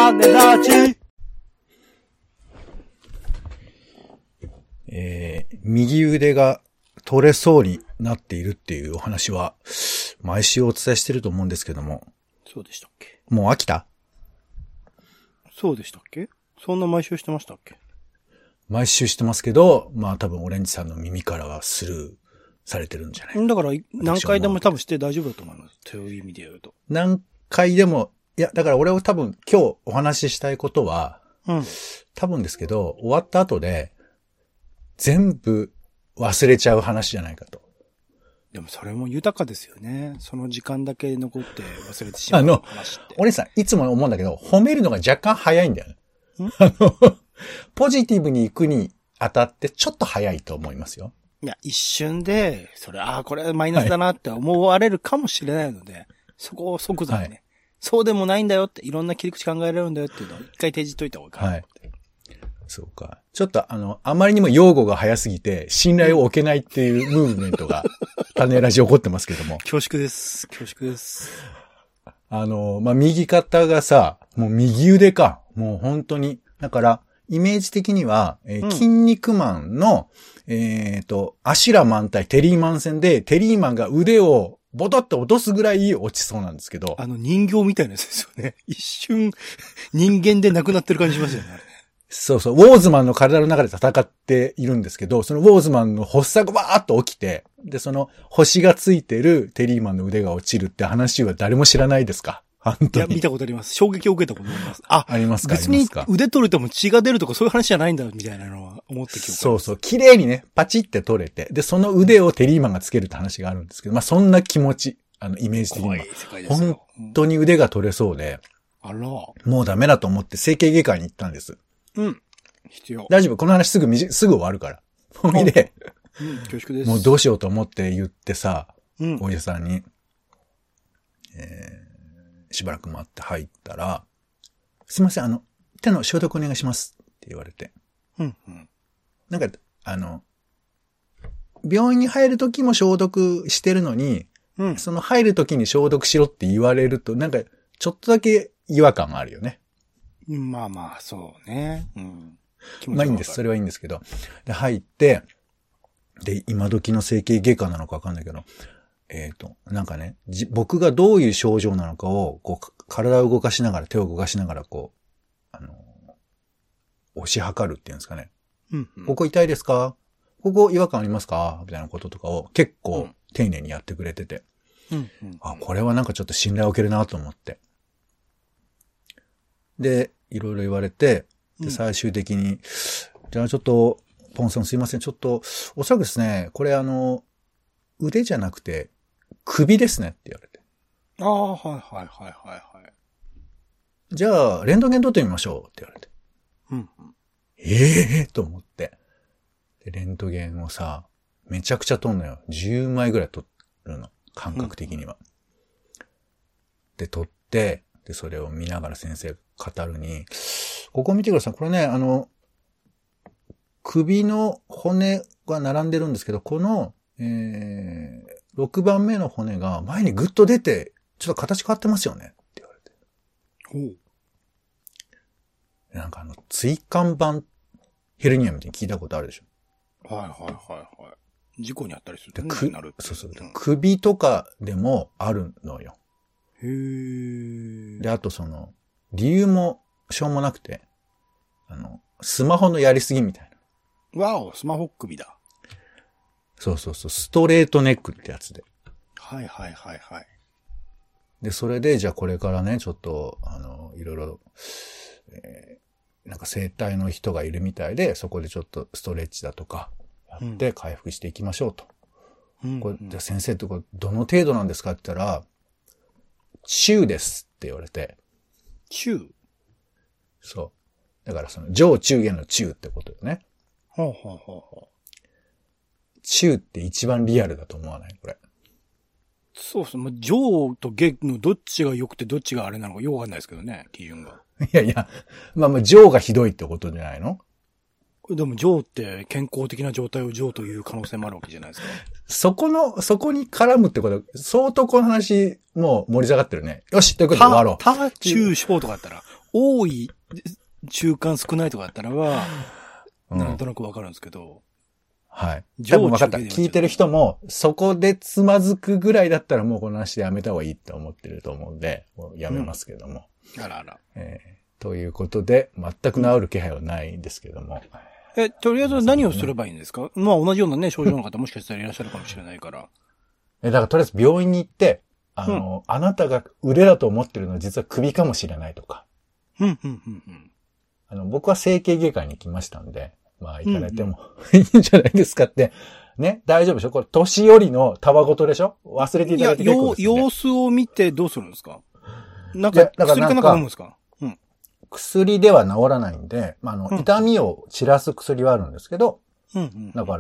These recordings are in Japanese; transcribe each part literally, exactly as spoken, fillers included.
種立ち。 えー、右腕が取れそうになっているっていうお話は、毎週お伝えしてると思うんですけども。 そうでしたっけ？ もう飽きた？ そうでしたっけ？そんな毎週してましたっけ？ 毎週してますけど、まあ多分オレンジさんの耳からはスルーされてるんじゃないか。 だから何回でも多分して大丈夫だと思います。という意味で言うと。 何回でも、いや、だから俺を多分今日お話ししたいことは、 うん。 多分ですけど、終わった後で、全部忘れちゃう話じゃないかと。 でもそれも豊かですよね。その時間だけ残って忘れてしまう話って。 あの、お姉さん、いつも思うんだけど、褒めるのが若干早いんだよね。あの、ポジティブに行くにあたってちょっと早いと思いますよ。 いや、一瞬で、それ、ああ、これマイナスだなって思われるかもしれないので、はい、そこを即座にね、はい、そうでもないんだよって、いろんな切り口考えられるんだよっていうのを一回提示しといた方がいいかな。はい。 そうか。ちょっとあの、あまりにも用語が早すぎて、信頼を置けないっていうムーブメントが、種ラジ起こってますけども。 恐縮です。恐縮です。 あの、まあ、右肩がさ、もう右腕か。もう本当に。だから、イメージ的には、えーうん、筋肉マンの、えっと、アシュラマン対テリーマン戦で、テリーマンが腕をボトッと落とすぐらい落ちそうなんですけど。 あの人形みたいなやつですよね。一瞬、人間で亡くなってる感じしますよね。 そうそう。ウォーズマンの体の中で戦っているんですけど、そのウォーズマンの発作がバーッと起きて、で、その星がついてるテリーマンの腕が落ちるって話は誰も知らないですか？本当に。 いや、見たことあります。衝撃を受けたことあります。あ、 ありますか？ 別に腕取れても血が出るとかそういう話じゃないんだ、みたいなのは思ってきます。 そうそう。綺麗にね、パチって取れて、で、その腕をテリーマンがつけるって話があるんですけど、まあ、そんな気持ち、あの、イメージ的には。 怖い世界ですよ。 本当に腕が取れそうで、 あら。 もうダメだと思って整形外科に行ったんです。 うん。必要。 大丈夫。この話すぐみじ、すぐ終わるから。ほいで、 うん、恐縮です。 もうどうしようと思って言ってさ、 うん、 お医者さんに、えー、しばらく待って入ったら、すいません、あの、手の消毒お願いしますって言われて。 うんうん、 なんか、あの、病院に入るときも消毒してるのに、うん、その入るときに消毒しろって言われると、なんか、ちょっとだけ違和感があるよね。 まあまあ、そうね。うん、 まあいいんです。それはいいんですけど。で、入って、で、今時の整形外科なのかわかんないけど、えっと、なんかね、じ、僕がどういう症状なのかを、こう、体を動かしながら、手を動かしながら、こう、あの、押し量るっていうんですかね。 うんうん、 ここ痛いですか？ここ違和感ありますか？みたいなこととかを結構丁寧にやってくれてて。 うんうんうん、 あ、これはなんかちょっと信頼を受けるなと思って。で、いろいろ言われて、で、最終的に、うん、じゃあちょっと、ポンさんすいません。ちょっと、おそらくですね、これあの、腕じゃなくて、首ですねって言われて。 ああ、はいはいはいはいはい。 じゃあ、レントゲン撮ってみましょうって言われて。 うんうん、 ええー、と思って。で、レントゲンをさ、めちゃくちゃ撮んのよ。じゅうまいぐらい撮るの。感覚的には。うん、で、撮って、で、それを見ながら先生が語るに、ここ見てください。これね、あの、首の骨が並んでるんですけど、この、えー、ろくばんめの骨が前にグッと出て、ちょっと形変わってますよねって言われて。 ほう。なんかあの、椎間板ヘルニアみたいに聞いたことあるでしょ。はいはいはいはい。事故にあったりするとね。くなるそうそう、うん。首とかでもあるのよ。 へー。 で、あとその、理由もしょうもなくて、あの、スマホのやりすぎみたいな。 わお、スマホ首だ。 そうそうそう、ストレートネックってやつで。 はいはいはいはい。 で、それで、じゃあこれからね、ちょっと、あの、いろいろ、えー、なんか整体の人がいるみたいで、そこでちょっとストレッチだとか、やって回復していきましょうと。うんうん、これじゃあ先生ってこれ、どの程度なんですかって言ったら、中ですって言われて。 中？ そう。だからその、上中下の中ってことよね。 ほうほうほうほう。 中って一番リアルだと思わないこれ。 そうそう。まあ、上と下のどっちが良くてどっちがあれなのかよくわかんないですけどね、基準が。 いやいや、まあまあ上がひどいってことじゃないの？ でも上って健康的な状態を上という可能性もあるわけじゃないですか。 そこの、そこに絡むってこと、相当この話もう盛り下がってるね。よし、ということで終わろう。 た、中小とかだったら、 多い、中間少ないとかだったらば、 うん、 なんとなくわかるんですけど。 はい。多分分かった。聞いてる人も、そこでつまずくぐらいだったらもうこの話でやめた方がいいって思ってると思うんで、もうやめますけども。 うん、あらあら。 えー、ということで、全く治る気配はないんですけども。 うん、え、とりあえず何をすればいいんですか？ね、まあ同じようなね、症状の方もしかしたらいらっしゃるかもしれないから。 え、だからとりあえず病院に行って、あの、うん、あなたが腕だと思ってるのは実は首かもしれないとか。 うん、うん、うん、うん。 あの、僕は整形外科に来ましたんで、まあ行かれても、うん、いいんじゃないですかって。ね、大丈夫でしょ？これ、年寄りのたわごとでしょ？忘れていただいて結構です、ね。 いや、様子を見てどうするんですか？なんか、薬かなんか飲むんですか？うん。 薬では治らないんで、まあ、あの、うん、痛みを散らす薬はあるんですけど、 うんうん、 だから、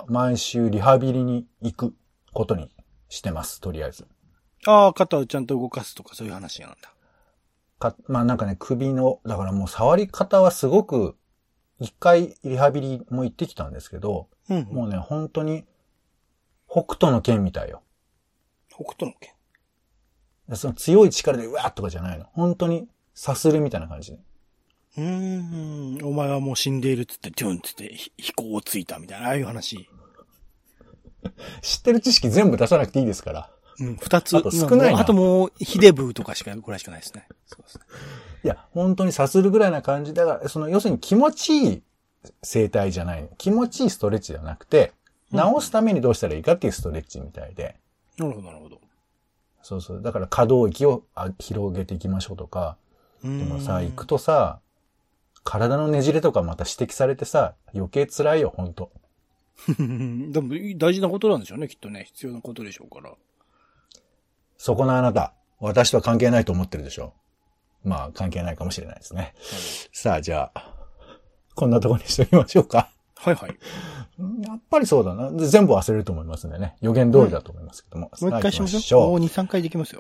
毎週リハビリに行くことにしてます、とりあえず。 ああ、肩をちゃんと動かすとかそういう話なんだ。 か、まあなんかね、首の、だからもう触り方はすごく、一回リハビリも行ってきたんですけど、うんうん、もうね、本当に、北斗の拳みたいよ。 北斗の拳？ その強い力でうわーとかじゃないの。本当に、さするみたいな感じで。 うーん、お前はもう死んでいるっつって、ジュンっつって飛行をついたみたいな、ああいう話。 知ってる知識全部出さなくていいですから。 うん、二つ。 あと少ないな。 あともう、ヒデブーとかしか、ぐらいしかないですね。そうですね。 いや、本当にさするぐらいな感じだから、その、要するに気持ちいい整体じゃない。気持ちいいストレッチじゃなくて、治すためにどうしたらいいかっていうストレッチみたいで。 なるほど、なるほど。 そうそう。だから可動域を広げていきましょうとか。でもさ、行くとさ、体のねじれとかまた指摘されてさ、余計辛いよ、ほんと。 でも大事なことなんでしょうね、きっとね。必要なことでしょうから。 そこのあなた、私とは関係ないと思ってるでしょ。まあ、関係ないかもしれないですね。はい、さあ、じゃあ、こんなところにしておきましょうか。 はいはい。 やっぱりそうだな。全部忘れると思いますんでね。予言通りだと思いますけども。 うん、もう一回しましょう。もうに、さんかいできますよ。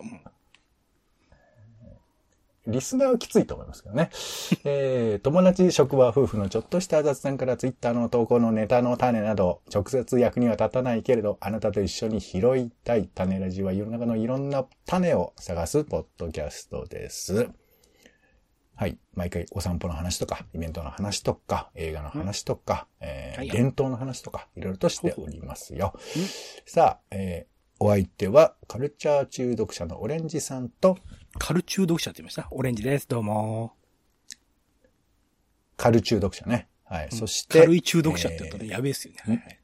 リスナーはきついと思いますけどね。えー、友達、職場、夫婦のちょっとした雑談からツイッターの投稿のネタの種など、直接役には立たないけれど、あなたと一緒に拾いたい種ラジは世の中のいろんな種を探すポッドキャストです。はい。毎回お散歩の話とか、イベントの話とか、映画の話とか、うん、えーはい、伝統の話とか、いろいろとしておりますよ。うん、さあ、えー、お相手はカルチャー中毒者のオレンジさんと、 カル中毒者って言いました？オレンジです。どうも。 カル中毒者ね。はい。うん、そして。 軽い中毒者って言ったらやべえっすよね。えー、はいはい、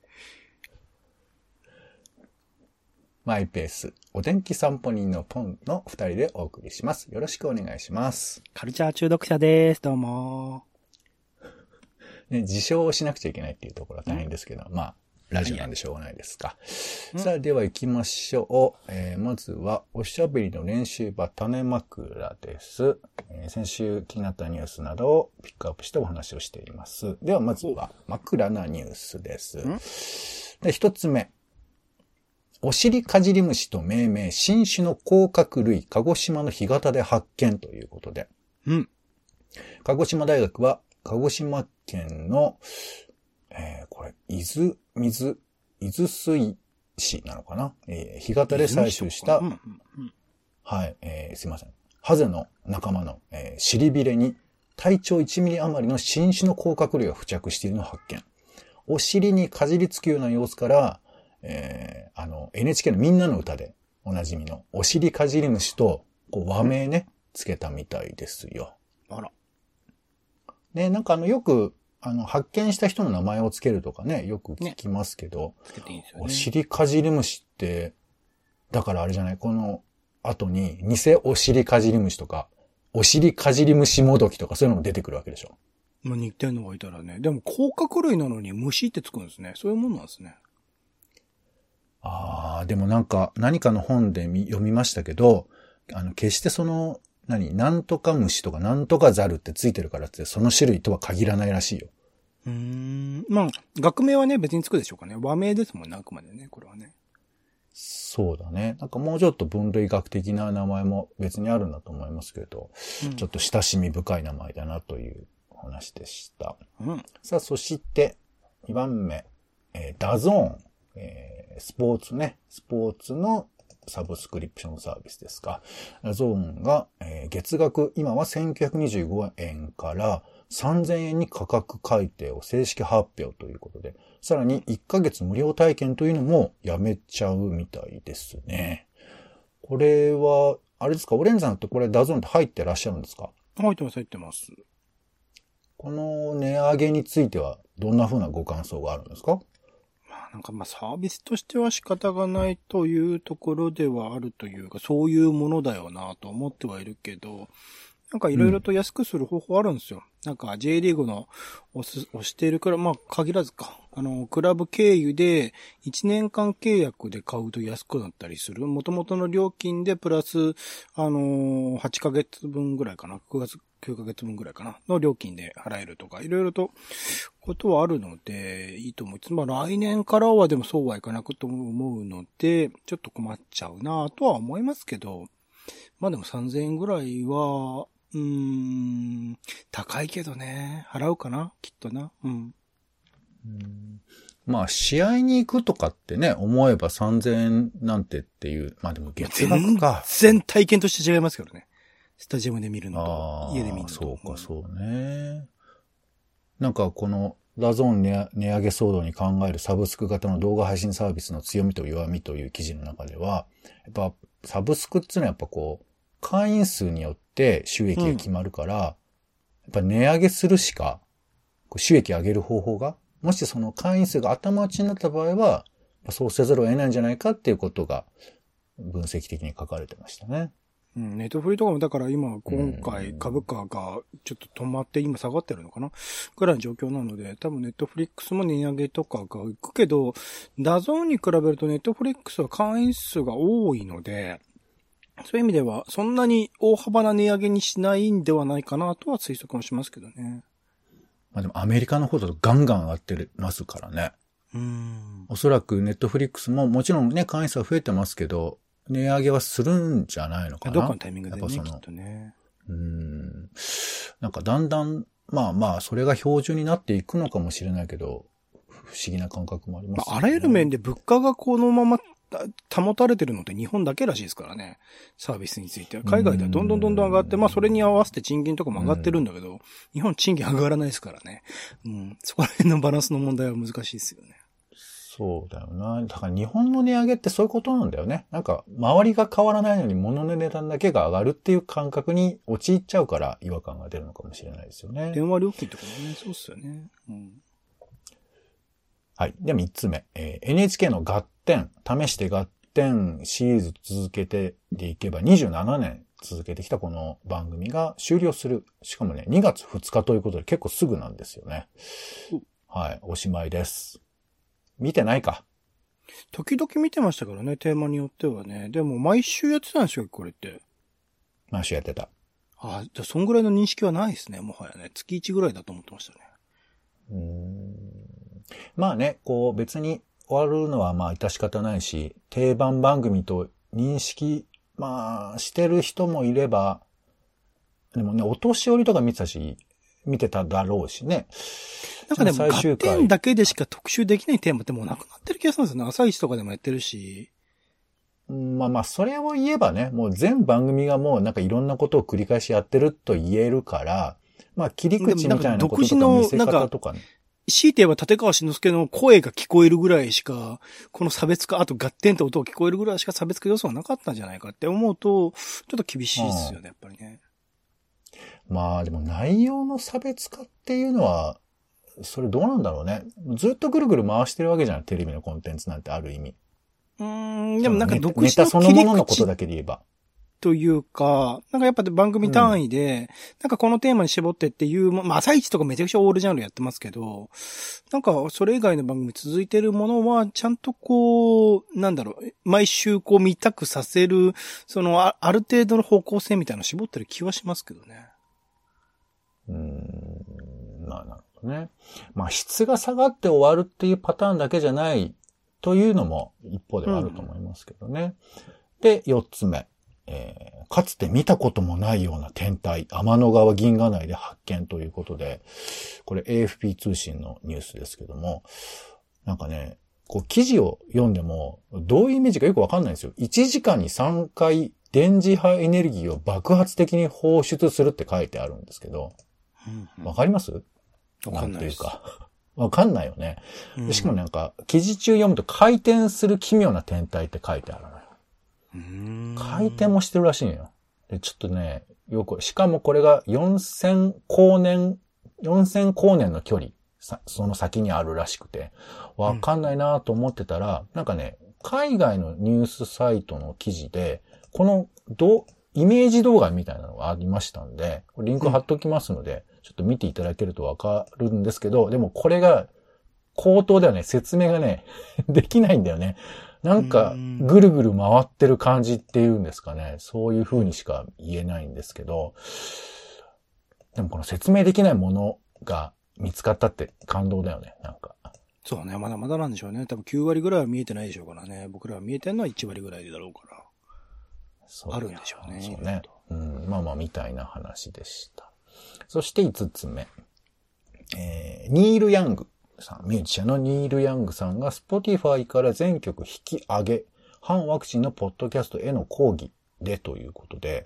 マイペース、お天気散歩人のポンの二人でお送りします。よろしくお願いします。 カルチャー中毒者です。どうも。 ね、自称をしなくちゃいけないっていうところは大変ですけど、うん、まあ、ラジオなんでしょうがないですか。うん、さあ、では行きましょう。えー、まずは、おしゃべりの練習場種枕です。えー、先週気になったニュースなどをピックアップしてお話をしています。では、まずは、枕なニュースです。で、一つ目。おしりかじり虫と命名、新種の甲殻類、鹿児島の干潟で発見ということで。 うん。 鹿児島大学は、鹿児島県の、えー、これ、伊豆、水、伊豆水市なのかな、えー、干潟で採集した、うんうんうん、はい、えー、すいません。ハゼの仲間の、えー、尻びれに体長いちミリ余りの新種の甲殻類が付着しているのを発見。お尻にかじりつくような様子から、えー、あの、エヌエイチケー のみんなの歌でおなじみのお尻かじり虫と、こう和名ね、つけたみたいですよ。 あら。 ね、なんかあの、よく、あの、発見した人の名前をつけるとかね、よく聞きますけど、ね、 つけていいんですよね。 お尻かじり虫って、だからあれじゃない、この後に、偽お尻かじり虫とか、お尻かじり虫もどきとかそういうのも出てくるわけでしょ。 まあ、似てんのがいたらね。でも、甲殻類なのに虫ってつくんですね。そういうもんなんですね。 ああ、でもなんか、何かの本で読みましたけど、あの、決してその、何、なんとか虫とかなんとかザルってついてるからって、その種類とは限らないらしいよ。 うーん。まあ、学名はね、別につくでしょうかね。和名ですもんね、あくまでね、これはね。 そうだね。なんかもうちょっと分類学的な名前も別にあるんだと思いますけど、うん、ちょっと親しみ深い名前だなという話でした。 うん、 さあ、そしてにばんめ、えー、ダゾーン、えー、スポーツね、スポーツのサブスクリプションサービスですか。ダゾーンが、えー、月額、今はせんきゅうひゃくにじゅうごえんからさんぜんえんに価格改定を正式発表ということで、さらにいっかげつ無料体験というのもやめちゃうみたいですね。これは、あれですか、オレンジさんってこれダゾーンって入ってらっしゃるんですか？ 入ってます、入ってます。 この値上げについてはどんな風なご感想があるんですか？ まあなんかまあサービスとしては仕方がないというところではあるというか、そういうものだよなと思ってはいるけど、なんかいろいろと安くする方法あるんですよ。うん、なんか J リーグの押す、押しているから、まあ限らずか。あの、クラブ経由でいちねんかん契約で買うと安くなったりする。元々の料金でプラス、あのー、はちかげつぶんぐらいかな。くがつ、きゅうかげつぶんぐらいかな。の料金で払えるとか、いろいろとことはあるので、いいと思います。まあ来年からはでもそうはいかなくと思うので、ちょっと困っちゃうなとは思いますけど、まあでもさんぜんえんぐらいは、うーん、高いけどね。払うかなきっとな。うん。 うんまあ、試合に行くとかってね、思えばさんぜんえんなんてっていう、まあでも月額か。 全然体験として違いますけどね。スタジアムで見るのと、家で見るのと。 そうか、そうね。なんかこの、ダゾーン値上げ騒動に考えるサブスク型の動画配信サービスの強みと弱みという記事の中では、やっぱサブスクっていうのはやっぱこう、会員数によって収益が決まるから、うん、やっぱ値上げするしか、収益上げる方法が、もしその会員数が頭打ちになった場合は、そうせざるを得ないんじゃないかっていうことが分析的に書かれてましたね。 うん、ネットフリとかもだから今、今回株価がちょっと止まって今下がってるのかなぐらいの状況なので、多分ネットフリックスも値上げとかが行くけど、ダゾーンに比べるとネットフリックスは会員数が多いので、そういう意味では、そんなに大幅な値上げにしないんではないかなとは推測もしますけどね。 まあでもアメリカの方だとガンガン上がってますからね。 うーん。 おそらくネットフリックスももちろんね、会員数は増えてますけど、値上げはするんじゃないのかな。 どっかのタイミングでね、きっとね。 うーん。なんかだんだん、まあまあ、それが標準になっていくのかもしれないけど、不思議な感覚もありますね。 まあ、あらゆる面で物価がこのまま保たれてるのって日本だけらしいですからね。サービスについては。海外ではどんどんどんどん上がって、まあそれに合わせて賃金とかも上がってるんだけど、日本賃金上がらないですからね。うん。そこら辺のバランスの問題は難しいですよね。 そうだよな。だから日本の値上げってそういうことなんだよね。なんか、周りが変わらないのに物の値段だけが上がるっていう感覚に陥っちゃうから違和感が出るのかもしれないですよね。 電話料金とかもね、そうっすよね。うん。 はい。ではみっつめ、えー、エヌエイチケー のガッテン、試してガッテンシリーズ続けてでいけばにじゅうななねん続けてきたこの番組が終了する。しかもね、にがつふつかということで結構すぐなんですよね。はい。おしまいです。見てないか。 時々見てましたからね、テーマによってはね。でも毎週やってたんですよ、これって。 毎週やってた。 ああ、じゃあそんぐらいの認識はないですね、もはやね。月いちぐらいだと思ってましたね。 うーん。まあね、こう別に終わるのはまあ致し方ないし、定番番組と認識、まあしてる人もいれば、でもね、お年寄りとか見てたし、見てただろうしね。 なんかでも、ガッテンだけでしか特集できないテーマってもうなくなってる気がするんですよね。朝一とかでもやってるし。 まあまあ、それを言えばね、もう全番組がもうなんかいろんなことを繰り返しやってると言えるから、まあ切り口みたいなこととか見せ方とかね。 強いて言えば立川志の輔の声が聞こえるぐらいしか、この差別化、あとガッテンって音が聞こえるぐらいしか差別化要素がなかったんじゃないかって思うと、ちょっと厳しいですよね、やっぱりね。 まあでも内容の差別化っていうのは、それどうなんだろうね。ずっとぐるぐる回してるわけじゃん、テレビのコンテンツなんてある意味。 うーん、でもなんか独自のネタそのもののことだけで言えば。 というか、なんかやっぱ番組単位で、うん、なんかこのテーマに絞ってっていう、まあ朝一とかめちゃくちゃオールジャンルやってますけど、なんかそれ以外の番組続いてるものは、ちゃんとこう、なんだろう、毎週こう見たくさせる、そのあ、ある程度の方向性みたいなの絞ってる気はしますけどね。 うーん、まあなるほどね。まあ質が下がって終わるっていうパターンだけじゃないというのも一方ではあると思いますけどね。うん、で、四つ目。えー、かつて見たこともないような天体、天の川銀河内で発見ということで、これ エーエフピー 通信のニュースですけども、なんかね、 こう記事を読んでも、どういうイメージかよくわかんないんですよ。いちじかんにさんかい電磁波エネルギーを爆発的に放出するって書いてあるんですけど、わ、うんうん、かります？ わかんないです。 なんていうか。わかんないよね。しかもなんか、記事中読むと回転する奇妙な天体って書いてあるのよ。 うーん回転もしてるらしいのよ。で、ちょっとね、よく、しかもこれがよんせん光年、よんせん光年の距離、その先にあるらしくて、わかんないなと思ってたら、うん、なんかね、海外のニュースサイトの記事で、このど、イメージ動画みたいなのがありましたんで、リンク貼っときますので、うん、ちょっと見ていただけるとわかるんですけど、でもこれが、口頭ではね、説明がね、できないんだよね。なんか、ぐるぐる回ってる感じっていうんですかね。そういう風にしか言えないんですけど、でもこの説明できないものが見つかったって感動だよね、なんか。 そうね、まだまだなんでしょうね。多分きゅうわりぐらいは見えてないでしょうからね。僕らは見えてるのはいちわりぐらいだろうから。そうあるんでしょうね。 そうね。うん、まあまあみたいな話でした。そしていつつめ。えー、ニール・ヤングさん、ミュージシャンのニール・ヤングさんが Spotify から全曲引き上げ、反ワクチンのポッドキャストへの抗議でということで、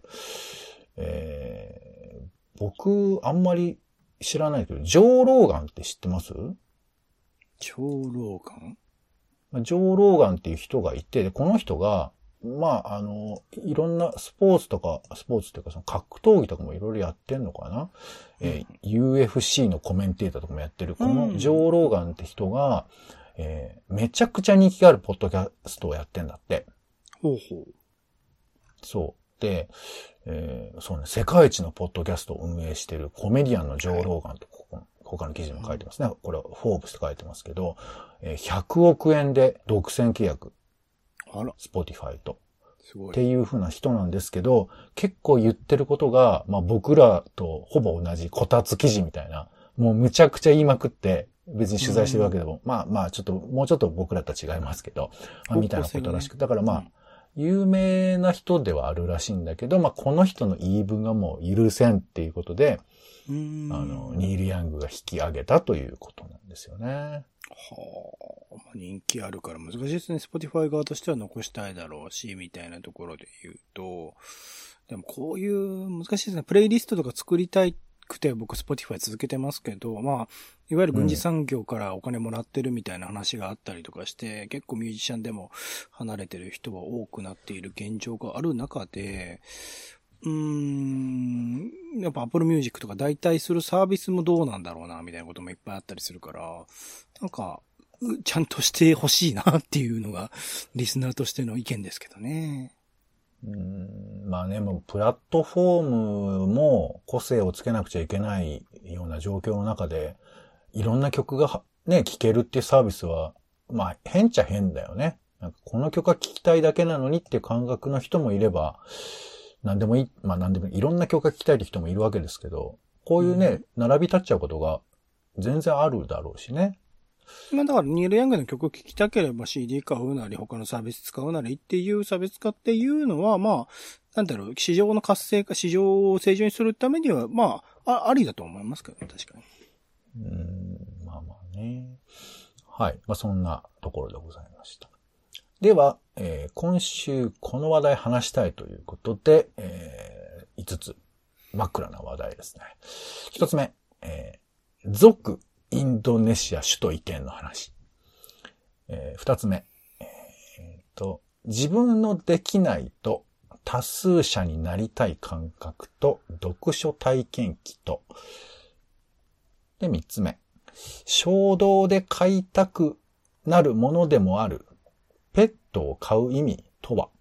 えー、僕あんまり知らないけど、ジョー・ローガンって知ってます？ ジョー・ローガン？ ジョー・ローガンっていう人がいて、この人が、まあ、あの、いろんなスポーツとか、スポーツっていうかその格闘技とかもいろいろやってんのかな、うんえー、ユーエフシー のコメンテーターとかもやってる、このジョー・ローガンって人が、えー、めちゃくちゃ人気があるポッドキャストをやってんだって。 ほうほう。 そう。で、えー、そうね、世界一のポッドキャストを運営してるコメディアンのジョー・ローガンと、ここ他の記事も書いてますね。これはフォーブスって書いてますけど、えー、ひゃくおくえんで独占契約。 あら。 Spotify と。 すごい。 っていう風な人なんですけど、結構言ってることが、まあ僕らとほぼ同じこたつ記事みたいな、もうむちゃくちゃ言いまくって、別に取材してるわけでも、まあまあちょっと、もうちょっと僕らとは違いますけど、まあ、みたいなことらしく。だからまあ、うん、有名な人ではあるらしいんだけど、まあこの人の言い分がもう許せんっていうことで、 うーんあの、ニール・ヤングが引き上げたということなんですよね。 はあ、人気あるから難しいですね。Spotify 側としては残したいだろうし、みたいなところで言うと、でもこういう難しいですね。プレイリストとか作りたくて僕 Spotify 続けてますけど、まあ、いわゆる軍事産業からお金もらってるみたいな話があったりとかして、うん、結構ミュージシャンでも離れてる人は多くなっている現状がある中で、うーん、やっぱ Apple Music とか代替するサービスもどうなんだろうな、みたいなこともいっぱいあったりするから、なんか、ちゃんとしてほしいなっていうのが、リスナーとしての意見ですけどね。 うーん、まあね、もうプラットフォームも個性をつけなくちゃいけないような状況の中で、いろんな曲がね、聴けるっていうサービスは、まあ変っちゃ変だよね。なんかこの曲が聴きたいだけなのにっていう感覚の人もいれば、何でもいい、まあ何でもいい、いろんな曲が聴きたいって人もいるわけですけど、こういうね、うん、並び立っちゃうことが全然あるだろうしね。 まあだからニール・ヤングの曲を聴きたければ シーディー 買うなり他のサービス使うなりっていう差別化っていうのはまあ、なんだろう、市場の活性化、市場を正常にするためにはまあ、あ, ありだと思いますけどね、確かに。 うーん、まあまあね。はい。まあそんなところでございました。では、えー、今週この話題話したいということで、えー、いつつ真っ暗な話題ですね。一つ目、えー、族インドネシア首都移転の話。えー、二つ目、えーと、自分のできないと多数者になりたい感覚と読書体験記と。で、三つ目、衝動で買いたくなるものでもあるペットを飼う意味とは。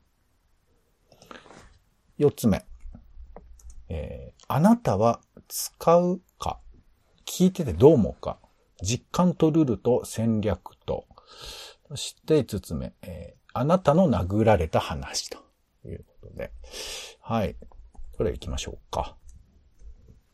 四つ目、えー、あなたは使うか聞いててどう思うか実感とルールと戦略と。そして五つ目、えー、あなたの殴られた話ということで。はい。それ行きましょうか。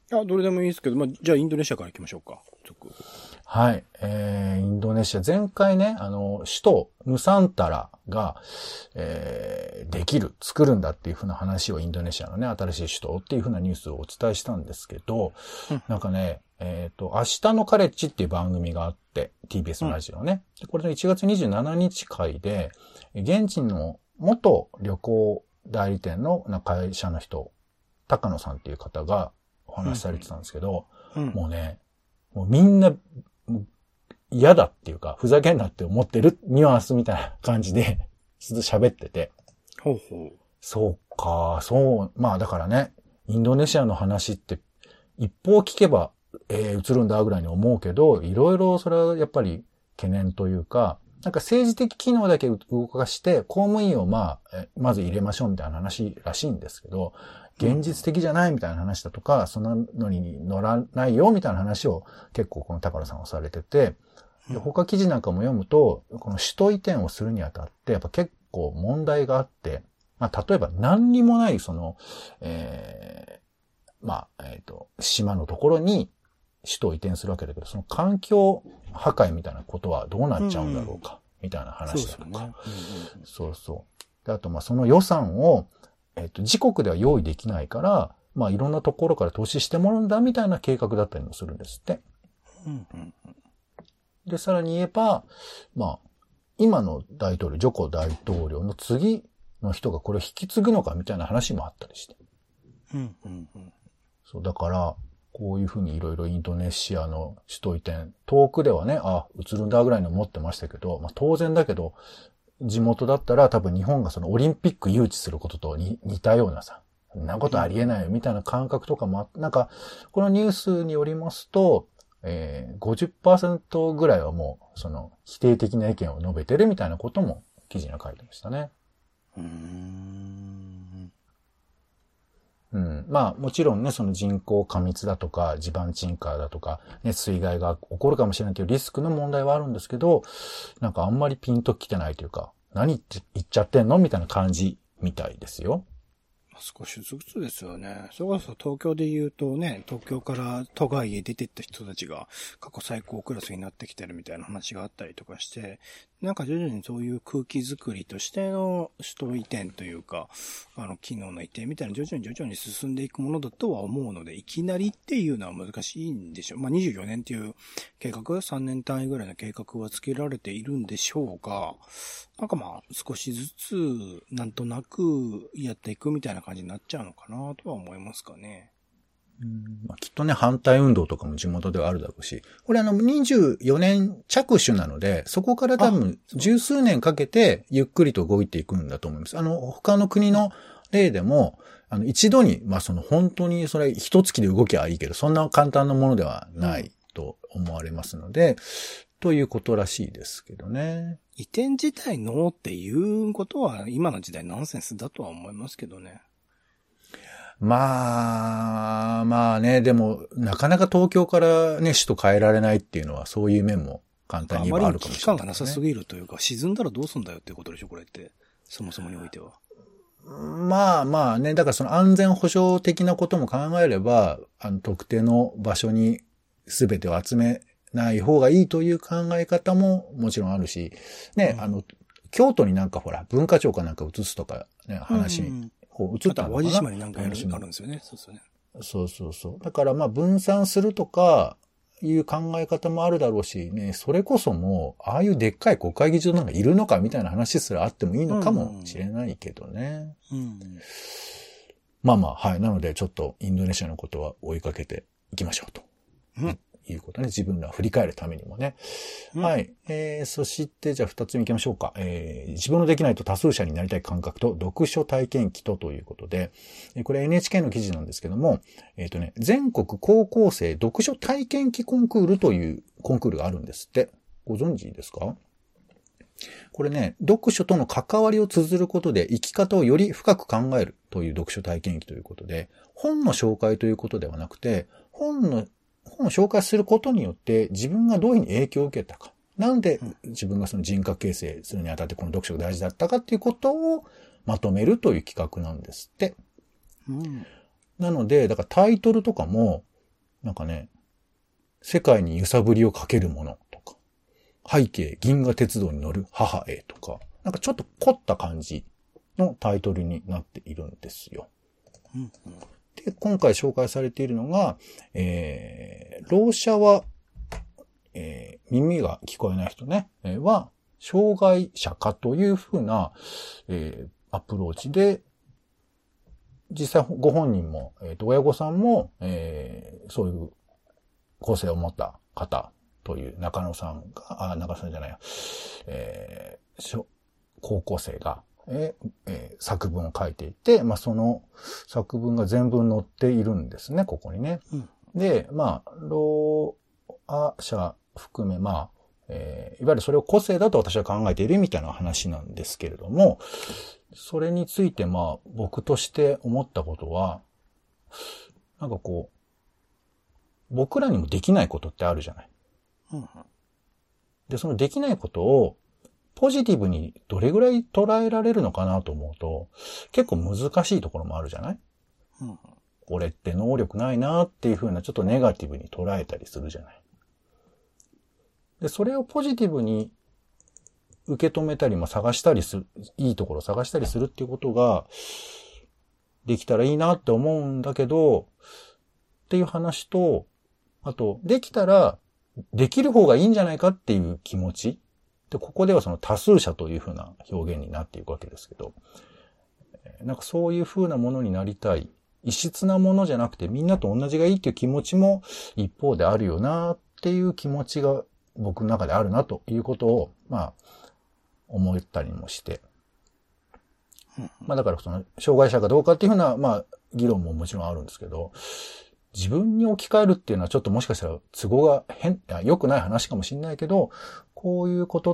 あ、どれでもいいですけど、まあ、じゃあインドネシアから行きましょうか。 はい。えー、インドネシア。前回ね、あの、首都、ヌサンタラが、えー、できる、作るんだっていうふうな話をインドネシアのね、新しい首都っていうふうなニュースをお伝えしたんですけど、うん、なんかね、えっと、明日のカレッジっていう番組があって、ティービーエス のラジオね。うん、これのいちがつにじゅうしちにち会で、現地の元旅行代理店の会社の人、高野さんっていう方がお話しされてたんですけど、うんうん、もうね、もうみんな、嫌だっていうか、ふざけんなって思ってるニュアンスみたいな感じで、ずっと喋ってて。 ほうほう。 そうか、そう、まあだからね、インドネシアの話って、一方聞けば、えー、映るんだぐらいに思うけど、いろいろそれはやっぱり懸念というか、なんか政治的機能だけ動かして、公務員をまあ、まず入れましょうみたいな話らしいんですけど、現実的じゃないみたいな話だとか、そんなのに乗らないよみたいな話を結構この高野さんはされてて、で他記事なんかも読むと、この首都移転をするにあたって、やっぱ結構問題があって、まあ例えば何にもないその、えー、まあ、えっと、島のところに首都を移転するわけだけど、その環境破壊みたいなことはどうなっちゃうんだろうか、うん、みたいな話だとか。そうですよね。うんうん、そうそう。で、あとまあその予算を、えっと、自国では用意できないから、まあいろんなところから投資してもらうんだみたいな計画だったりもするんですって。うんうんうん、で、さらに言えば、まあ、今の大統領、ジョコ大統領の次の人がこれを引き継ぐのかみたいな話もあったりして。うんうんうん、そう、だから、こういうふうにいろいろインドネシアの首都移転、遠くではね、あ、映るんだぐらいに思ってましたけど、まあ当然だけど、地元だったら多分日本がそのオリンピック誘致することと似たようなさ、そんなことありえないよみたいな感覚とかもあって、なんか、このニュースによりますと、えー、ごじゅっパーセント ぐらいはもう、その、否定的な意見を述べてるみたいなことも記事には書いてましたね。うーん。うん。まあ、もちろんね、その人口過密だとか、地盤沈下だとか、ね、水害が起こるかもしれないというリスクの問題はあるんですけど、なんかあんまりピンときてないというか、何って言っちゃってんのみたいな感じみたいですよ。 少しずつですよね。それこそ東京で言うとね、東京から都外へ出てった人たちが過去最高クラスになってきてるみたいな話があったりとかして、なんか徐々にそういう空気づくりとしての首都移転というか、あの、機能の移転みたいな徐々に徐々に進んでいくものだとは思うので、いきなりっていうのは難しいんでしょう。まあ、にじゅうよねんっていう計画、さんねん単位ぐらいの計画はつけられているんでしょうが、なんかまあ、少しずつ、なんとなくやっていくみたいな感じになっちゃうのかなとは思いますかね。 うんまあ、きっとね、反対運動とかも地元ではあるだろうし、これあの、にじゅうよねん着手なので、そこから多分、十数年かけて、ゆっくりと動いていくんだと思います。あの、他の国の例でも、あの、一度に、まあ、その、本当にそれ、一月で動きゃいいけど、そんな簡単なものではないと思われますので、うん、ということらしいですけどね。 移転自体のっていうことは、今の時代ナンセンスだとは思いますけどね。 まあ、まあね、でも、なかなか東京からね、首都変えられないっていうのは、そういう面も簡単に言えばあるかもしれない、ね。あまり危機感がなさすぎるというか、沈んだらどうすんだよっていうことでしょ、これって。そもそもにおいては。 まあまあね、だからその安全保障的なことも考えれば、あの、特定の場所に全てを集めない方がいいという考え方ももちろんあるし、ね、うん、あの、京都になんかほら、文化庁かなんか移すとかね、話に、うんこう移ったのかな。 淡路島になんかやるあるんですよね。そうですよね。 そうそうそう。だからまあ分散するとかいう考え方もあるだろうしね、それこそもう、ああいうでっかい国会議事堂なんかいるのかみたいな話すらあってもいいのかもしれないけどね。うんうん、まあまあ、はい。なのでちょっとインドネシアのことは追いかけていきましょうと。うんいうことね。自分ら振り返るためにもね。うん、はい。えー、そして、じゃあ二つ目行きましょうか。えー、自分のできないと多数者になりたい感覚と読書体験記とということで、これ エヌエイチケー の記事なんですけども、えっとね、全国高校生読書体験記コンクールというコンクールがあるんですって。ご存知ですか？これね、読書との関わりを綴ることで生き方をより深く考えるという読書体験記ということで、本の紹介ということではなくて、本の本を紹介することによって自分がどういうふうに影響を受けたか。なんで自分がその人格形成するにあたってこの読書が大事だったかっていうことをまとめるという企画なんですって。うん、なので、だからタイトルとかも、 なんかね、世界に揺さぶりをかけるものとか、背景銀河鉄道に乗る母へとか、なんかちょっと凝った感じのタイトルになっているんですよ。 うんうん、 で、今回紹介されているのが、えー、ろう者は、えー、耳が聞こえない人ね、えー、は、障害者化というふうな、えー、アプローチで、実際ご本人も、えーと、親御さんも、えー、そういう個性を持った方という中野さんが、あ、中野さんじゃないや、えー、高校生が、えーえー、作文を書いていて、まあ、その作文が全文載っているんですね、ここにね。うん、で、まあ、ろう者含め、まあ、えー、いわゆるそれを個性だと私は考えているみたいな話なんですけれども、それについてまあ僕として思ったことは、なんかこう、僕らにもできないことってあるじゃない。うん、で、そのできないことをポジティブにどれぐらい捉えられるのかなと思うと、結構難しいところもあるじゃない、うん、俺って能力ないなっていう風なちょっとネガティブに捉えたりするじゃない。で、それをポジティブに受け止めたり、まあ、探したりする、いいところを探したりするっていうことができたらいいなって思うんだけど、っていう話と、あと、できたらできる方がいいんじゃないかっていう気持ち。で、ここではその多数者というふうな表現になっていくわけですけど、なんかそういうふうなものになりたい。異質なものじゃなくてみんなと同じがいいっていう気持ちも一方であるよなっていう気持ちが僕の中であるなということを、まあ、思ったりもして。まあだからその、障害者かどうかっていうふうな、まあ、議論ももちろんあるんですけど、自分に置き換えるっていうのはちょっともしかしたら都合が変、いや、良くない話かもしれないけど、こういうことって、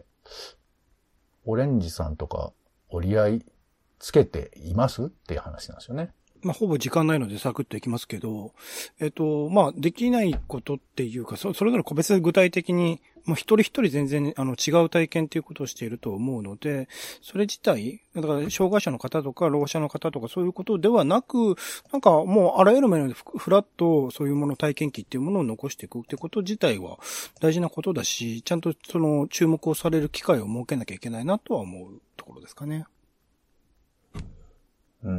オレンジさんとか折り合いつけていますっていう話なんですよね。 まあ、ほぼ時間ないのでサクッといきますけど、えっと、まあ、できないことっていうか、そ、それぞれ個別で具体的に、もう一人一人全然、あの、違う体験っていうことをしていると思うので、それ自体、だから、障害者の方とか、ろう者の方とか、そういうことではなく、なんか、もう、あらゆる面でフラッと、そういうもの、体験記っていうものを残していくってこと自体は、大事なことだし、ちゃんと、その、注目をされる機会を設けなきゃいけないなとは思うところですかね。 うん。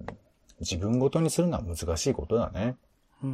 自分ごとにするのは難しいことだね。うん。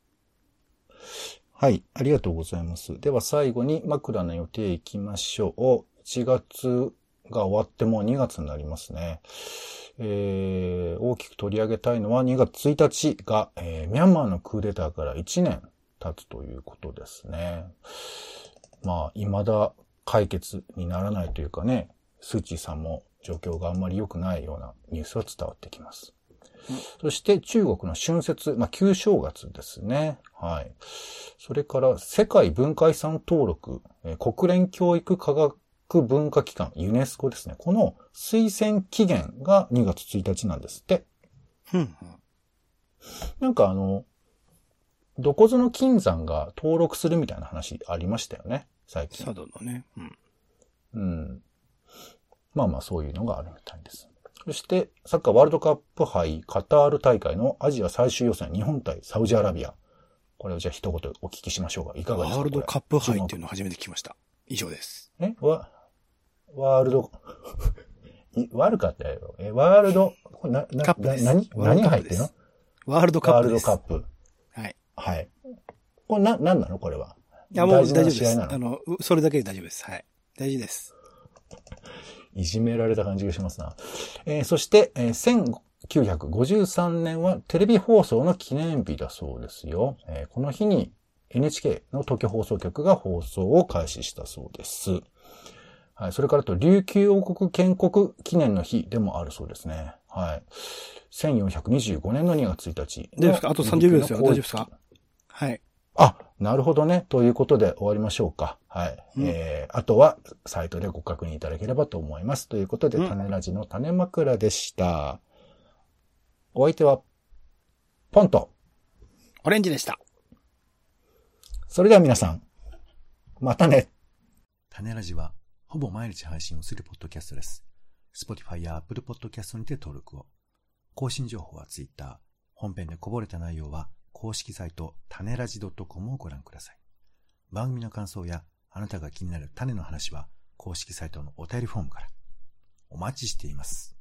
はい、ありがとうございます。では最後に枕の予定いきましょう。いちがつが終わってもうにがつになりますね。えー、大きく取り上げたいのはにがつついたちが、えー、ミャンマーのクーデターからいちねん経つということですね。まあ、未だ解決にならないというかね、スーチーさんも状況があんまり良くないようなニュースは伝わってきます。そして中国の春節、まあ、旧正月ですね。はい。それから世界文化遺産登録、えー、国連教育科学文化機関、ユネスコですね。この推薦期限がにがつついたちなんですって。うんうん、なんかあの、どこぞの金山が登録するみたいな話ありましたよね。最近。 佐渡のね。うん。 うん。まあまあそういうのがあるみたいです。そして、サッカーワールドカップ杯カタール大会のアジア最終予選、日本対サウジアラビア。これをじゃあ一言お聞きしましょうか。いかがですか？ ワールドカップ杯っていうのを初めて聞きました。以上です。 えわ、ワールド、悪かったよ。え、ワールド、これな、な、 カップです。 何何が入ってるの？ ワールドカップです。 ワールドカップ。 はい。 はい。これな、何なのこれは。 いや、もう大丈夫です。あの、それだけで大丈夫です。はい。大事です。 いじめられた感じがしますな。えー、そして、えー、せんきゅうひゃくごじゅうさんねんはテレビ放送の記念日だそうですよ。えー、この日に エヌエイチケー の東京放送局が放送を開始したそうです。はい。それからと、琉球王国建国記念の日でもあるそうですね。はい。せんよんひゃくにじゅうごねんのにがつついたち。 大丈夫ですか？あとさんじゅうびょうですよ。大丈夫ですか？はい。 あ、なるほどね。ということで終わりましょうか。はい。うん、えー、あとはサイトでご確認いただければと思います。ということで、うん、種ラジの種枕でした。お相手は、ポンと、 オレンジでした。 それでは皆さん、またね。 種ラジは、ほぼ毎日配信をするポッドキャストです。Spotify や Apple Podcast にて登録を。更新情報は Twitter。本編でこぼれた内容は、 公式サイト種ラジ .com をご覧ください。番組の感想やあなたが気になる種の話は公式サイトのお便りフォームからお待ちしています。